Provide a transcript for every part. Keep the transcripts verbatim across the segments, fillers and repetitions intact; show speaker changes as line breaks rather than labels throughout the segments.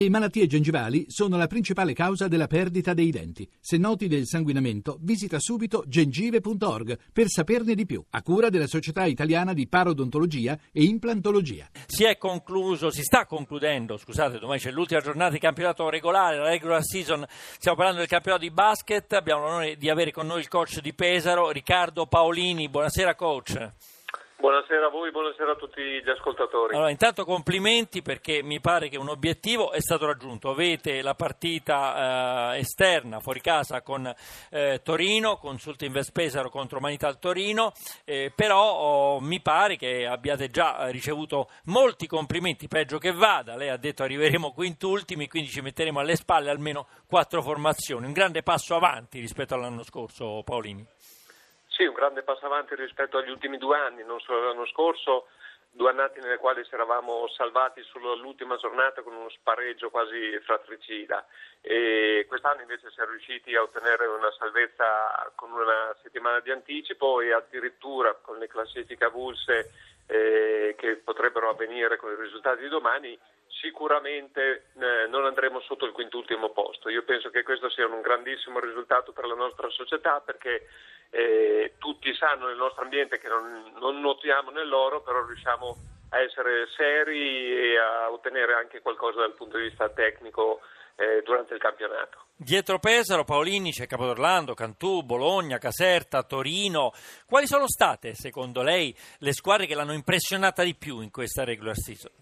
Le malattie gengivali sono la principale causa della perdita dei denti. Se noti del sanguinamento, visita subito gengive punto org per saperne di più, a cura della Società Italiana di Parodontologia e Implantologia.
Si è concluso, si sta concludendo, scusate, domani c'è l'ultima giornata di campionato regolare, la regular season, stiamo parlando del campionato di basket, abbiamo l'onore di avere con noi il coach di Pesaro, Riccardo Paolini. Buonasera coach.
Buonasera a voi, buonasera a tutti gli ascoltatori.
Allora, intanto complimenti perché mi pare che un obiettivo è stato raggiunto. Avete la partita eh, esterna fuori casa con eh, Torino, Consulta Invest Pesaro contro Manital Torino, eh, però oh, mi pare che abbiate già ricevuto molti complimenti, peggio che vada. Lei ha detto arriveremo quintultimi, quindi ci metteremo alle spalle almeno quattro formazioni. Un grande passo avanti rispetto all'anno scorso, Paolini.
Sì, un grande passo avanti rispetto agli ultimi due anni, non solo l'anno scorso, due annati nelle quali ci eravamo salvati sull'ultima giornata con uno spareggio quasi fratricida, e quest'anno invece siamo riusciti a ottenere una salvezza con una settimana di anticipo e addirittura con le classifiche avulse eh, che potrebbero avvenire con i risultati di domani. Sicuramente eh, non andremo sotto il quintultimo posto. Io penso che questo sia un grandissimo risultato per la nostra società, perché eh, tutti sanno nel nostro ambiente che non, non notiamo nel loro, però riusciamo a essere seri e a ottenere anche qualcosa dal punto di vista tecnico eh, durante il campionato.
Dietro Pesaro, Paolini, c'è Capodorlando, Cantù, Bologna, Caserta, Torino. Quali sono state, secondo lei, le squadre che l'hanno impressionata di più in questa regular season?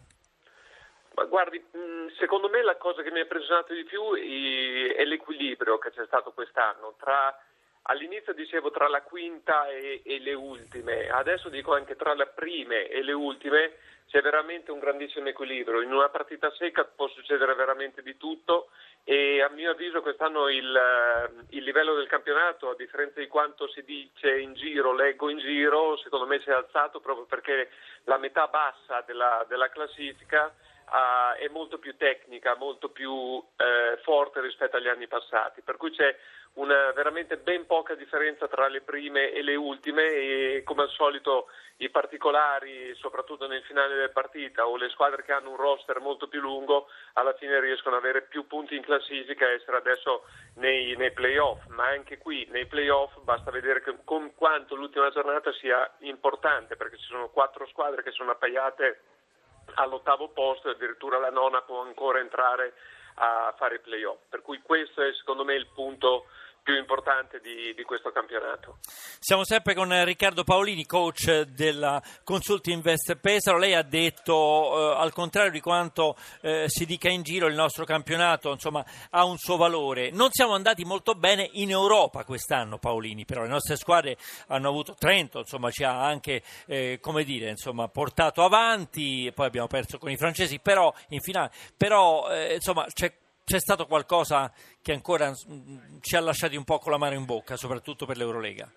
Ma guardi, secondo me la cosa che mi ha impressionato di più è l'equilibrio che c'è stato quest'anno. Tra, all'inizio dicevo tra la quinta e, e le ultime, adesso dico anche tra le prime e le ultime c'è veramente un grandissimo equilibrio. In una partita secca può succedere veramente di tutto e a mio avviso quest'anno il, il livello del campionato, a differenza di quanto si dice in giro, leggo in giro, secondo me si è alzato proprio perché la metà bassa della, della classifica Uh, è molto più tecnica, molto più uh, forte rispetto agli anni passati, per cui c'è una veramente ben poca differenza tra le prime e le ultime e come al solito i particolari, soprattutto nel finale della partita, o le squadre che hanno un roster molto più lungo alla fine riescono ad avere più punti in classifica e essere adesso nei, nei play-off, ma anche qui nei play-off basta vedere che, con quanto l'ultima giornata sia importante, perché ci sono quattro squadre che sono appaiate all'ottavo posto e addirittura la nona può ancora entrare a fare i play-off, per cui questo è secondo me il punto più importante di, di questo campionato.
Siamo sempre con Riccardo Paolini, coach della Consulta Invest Pesaro. Lei ha detto, eh, al contrario di quanto eh, si dica in giro, il nostro campionato insomma ha un suo valore. Non siamo andati molto bene in Europa quest'anno, Paolini, però le nostre squadre hanno avuto Trento, insomma ci ha anche eh, come dire, insomma, portato avanti, poi abbiamo perso con i francesi, però in finale, però eh, insomma c'è C'è stato qualcosa che ancora ci ha lasciati un po' con l'amaro in bocca, soprattutto per l'Eurolega?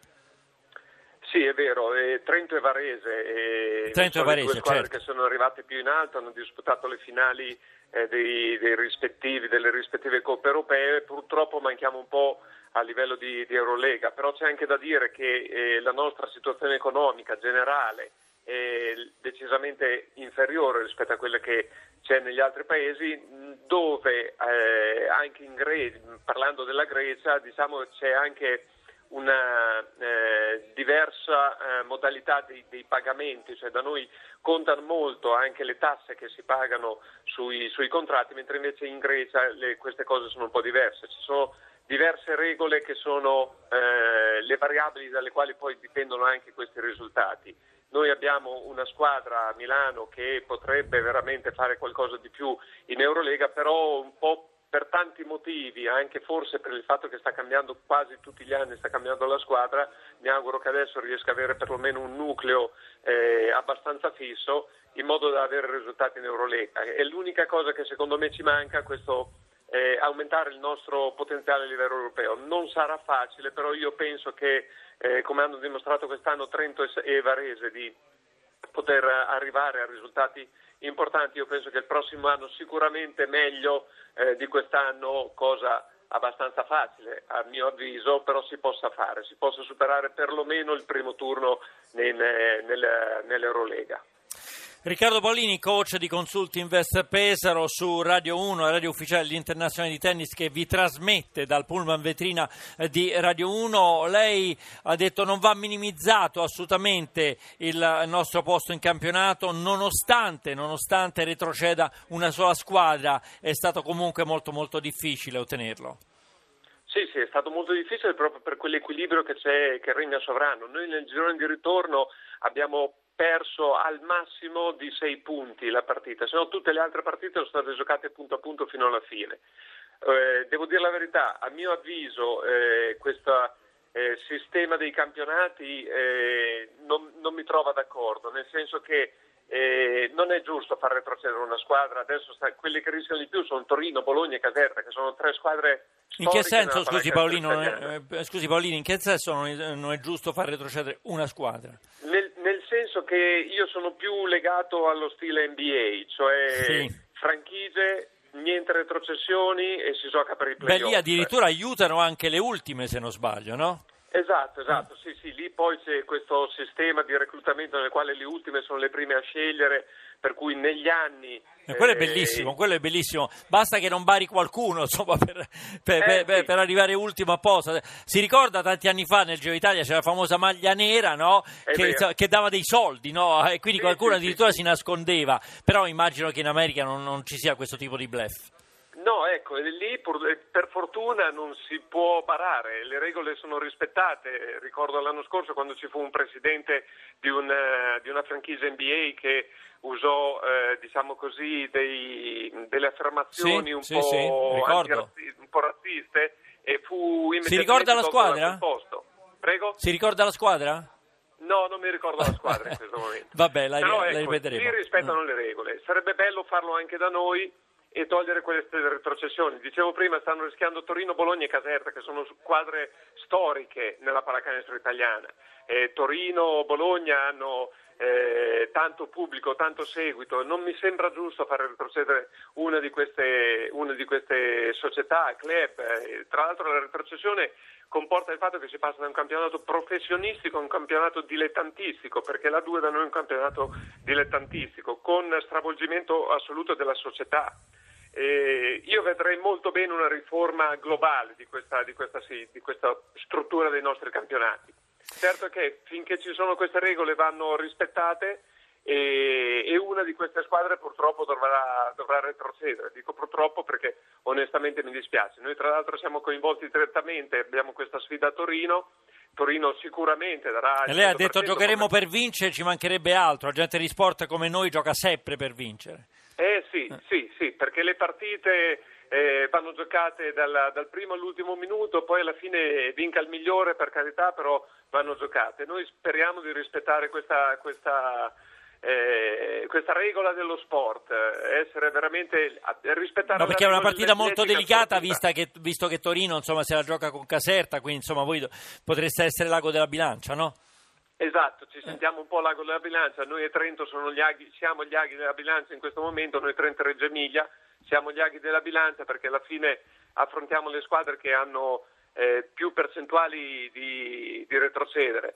Sì, è vero, e Trento e Varese, e
Trento e Varese,
due squadre
certo,
che sono arrivate più in alto, hanno disputato le finali eh, dei, dei rispettivi, delle rispettive coppe europee. Purtroppo manchiamo un po' a livello di, di Eurolega, però c'è anche da dire che eh, la nostra situazione economica generale è decisamente inferiore rispetto a quella che c'è negli altri paesi, dove eh, anche in Grecia, parlando della Grecia, diciamo c'è anche una eh, diversa eh, modalità dei, dei pagamenti, cioè da noi contano molto anche le tasse che si pagano sui, sui contratti, mentre invece in Grecia le, queste cose sono un po' diverse. Ci sono diverse regole che sono eh, le variabili dalle quali poi dipendono anche questi risultati. Noi abbiamo una squadra a Milano che potrebbe veramente fare qualcosa di più in Eurolega, però un po' per tanti motivi, anche forse per il fatto che sta cambiando quasi tutti gli anni, sta cambiando la squadra, mi auguro che adesso riesca ad avere perlomeno un nucleo eh, abbastanza fisso in modo da avere risultati in Eurolega. È l'unica cosa che secondo me ci manca, questo eh, aumentare il nostro potenziale a livello europeo. Non sarà facile, però io penso che Eh, come hanno dimostrato quest'anno Trento e Varese, di poter arrivare a risultati importanti. Io penso che il prossimo anno sicuramente meglio eh, di quest'anno, cosa abbastanza facile a mio avviso, però si possa fare, si possa superare perlomeno il primo turno nel, nel, nell'Eurolega.
Riccardo Paolini, coach di Consult Invest Pesaro su Radio uno, la radio ufficiale degli internazionali di tennis che vi trasmette dal pullman vetrina di Radio uno. Lei ha detto non va minimizzato assolutamente il nostro posto in campionato, nonostante, nonostante retroceda una sola squadra, è stato comunque molto molto difficile ottenerlo.
Sì, sì, è stato molto difficile proprio per quell'equilibrio che c'è, che regna sovrano. Noi nel girone di ritorno abbiamo perso al massimo di sei punti la partita, se no tutte le altre partite sono state giocate punto a punto fino alla fine. Eh, devo dire la verità, a mio avviso eh, questo eh, sistema dei campionati eh, non, non mi trova d'accordo, nel senso che Eh, non è giusto far retrocedere una squadra. Adesso sta, quelle che rischiano di più sono Torino, Bologna e Caserta, che sono tre squadre storiche.
In che senso, scusi Paolino,
eh,
scusi Paolini, in che senso non è, non è giusto far retrocedere una squadra?
Nel, nel senso che io sono più legato allo stile N B A, cioè sì. franchigie, niente retrocessioni e si gioca per i playoff.
Beh, lì addirittura aiutano anche le ultime, se non sbaglio, no?
Esatto, esatto, sì, sì, lì poi c'è questo sistema di reclutamento nel quale le ultime sono le prime a scegliere, per cui negli anni...
E quello eh, è bellissimo, quello è bellissimo, basta che non bari qualcuno, insomma, per, per,
eh,
per,
sì.
per arrivare ultimo apposta. Si ricorda tanti anni fa nel Giro d'Italia c'era la famosa maglia nera, no? Che, che dava dei soldi, no? E quindi sì, qualcuno sì, addirittura sì. si nascondeva, però immagino che in America non, non ci sia questo tipo di bluff.
No, ecco, lì per fortuna non si può barare, le regole sono rispettate. Ricordo l'anno scorso quando ci fu un presidente di una, di una franchigia N B A che usò, eh, diciamo così, dei, delle affermazioni sì, un,
sì,
po
sì,
antirazzi- un po' razziste e fu immediatamente
si ricorda la squadra?
Posto. Prego?
Si ricorda la squadra?
No, non mi ricordo la squadra in questo momento.
Vabbè, la,
Però,
la
ecco,
ripeteremo.
Si rispettano mm. le regole, sarebbe bello farlo anche da noi e togliere queste retrocessioni. Dicevo prima, stanno rischiando Torino, Bologna e Caserta, che sono squadre storiche nella pallacanestro italiana. Eh, Torino, Bologna hanno eh, tanto pubblico, tanto seguito. Non mi sembra giusto far retrocedere una di queste, una di queste società, club. Eh, tra l'altro la retrocessione comporta il fatto che si passa da un campionato professionistico a un campionato dilettantistico, perché la due da noi è un campionato dilettantistico, con stravolgimento assoluto della società. Eh, io vedrei molto bene una riforma globale di questa, di, questa, sì, di questa struttura dei nostri campionati. Certo che finché ci sono queste regole vanno rispettate e, e una di queste squadre purtroppo dovrà, dovrà retrocedere. Dico purtroppo perché onestamente mi dispiace. Noi tra l'altro siamo coinvolti direttamente, abbiamo questa sfida a Torino. Torino sicuramente darà...
E lei ha detto giocheremo come... per vincere, ci mancherebbe altro. La gente di sport come noi gioca sempre per vincere.
Eh sì, sì, sì, perché le partite eh, vanno giocate dal, dal primo all'ultimo minuto, poi alla fine vinca il migliore, per carità, però vanno giocate. Noi speriamo di rispettare questa, questa, eh, questa regola dello sport, essere veramente rispettare.
No, perché è una partita molto delicata, vista che, visto che Torino insomma se la gioca con Caserta, quindi insomma voi potreste essere l'ago della bilancia, no?
Esatto, ci sentiamo un po' l'ago della bilancia, noi e Trento sono gli aghi, siamo gli aghi della bilancia in questo momento, noi Trento e Reggio Emilia siamo gli aghi della bilancia perché alla fine affrontiamo le squadre che hanno eh, più percentuali di, di retrocedere.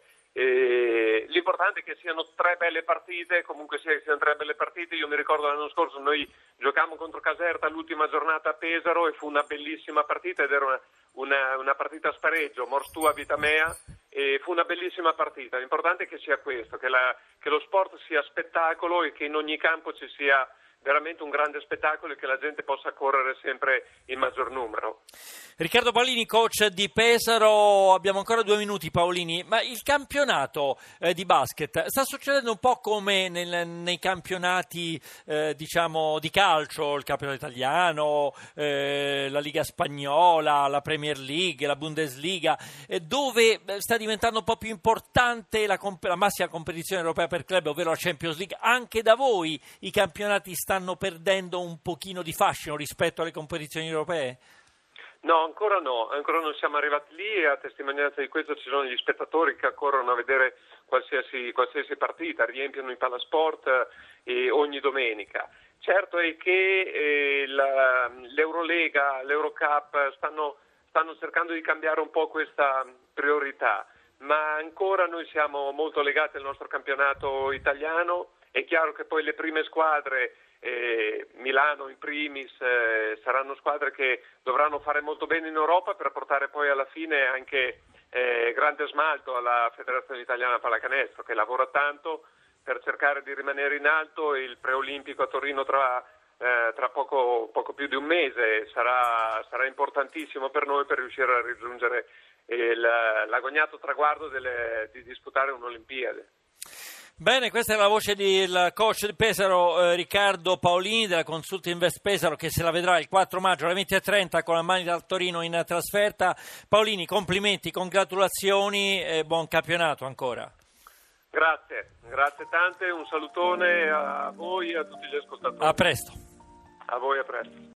E l'importante è che siano tre belle partite, comunque sia che siano tre belle partite. Io mi ricordo l'anno scorso noi giocammo contro Caserta l'ultima giornata a Pesaro e fu una bellissima partita ed era una, una, una partita a spareggio, mors tua vita mea, e fu una bellissima partita. L'importante è che sia questo, che, la, che lo sport sia spettacolo e che in ogni campo ci sia veramente un grande spettacolo e che la gente possa correre sempre in maggior numero.
Riccardo Paolini, coach di Pesaro, abbiamo ancora due minuti Paolini, ma il campionato eh, di basket sta succedendo un po' come nel, nei campionati eh, diciamo di calcio, il campionato italiano, eh, la Liga Spagnola, la Premier League, la Bundesliga, eh, dove sta diventando un po' più importante la, comp- la massima competizione europea per club, ovvero la Champions League. Anche da voi i campionati stanno perdendo un pochino di fascino rispetto alle competizioni europee?
No, ancora no, ancora non siamo arrivati lì e a testimonianza di questo ci sono gli spettatori che accorrono a vedere qualsiasi, qualsiasi partita, riempiono i palasport eh, ogni domenica. Certo è che eh, la, l'Eurolega, l'Eurocup stanno, stanno cercando di cambiare un po' questa priorità, ma ancora noi siamo molto legati al nostro campionato italiano È chiaro che poi le prime squadre, eh, Milano in primis, eh, saranno squadre che dovranno fare molto bene in Europa per portare poi alla fine anche eh, grande smalto alla Federazione Italiana Pallacanestro, che lavora tanto per cercare di rimanere in alto. Il preolimpico a Torino tra, eh, tra poco, poco più di un mese sarà, sarà importantissimo per noi per riuscire a raggiungere il, l'agognato traguardo delle, di disputare un'Olimpiade.
Bene, questa è la voce del coach di Pesaro, eh, Riccardo Paolini della Consulting Invest Pesaro, che se la vedrà il quattro maggio alle venti e trenta con la Mani dal Torino in trasferta. Paolini, complimenti, congratulazioni e buon campionato ancora.
Grazie, grazie tante, un salutone a voi e a tutti gli ascoltatori.
A presto.
A voi, a presto.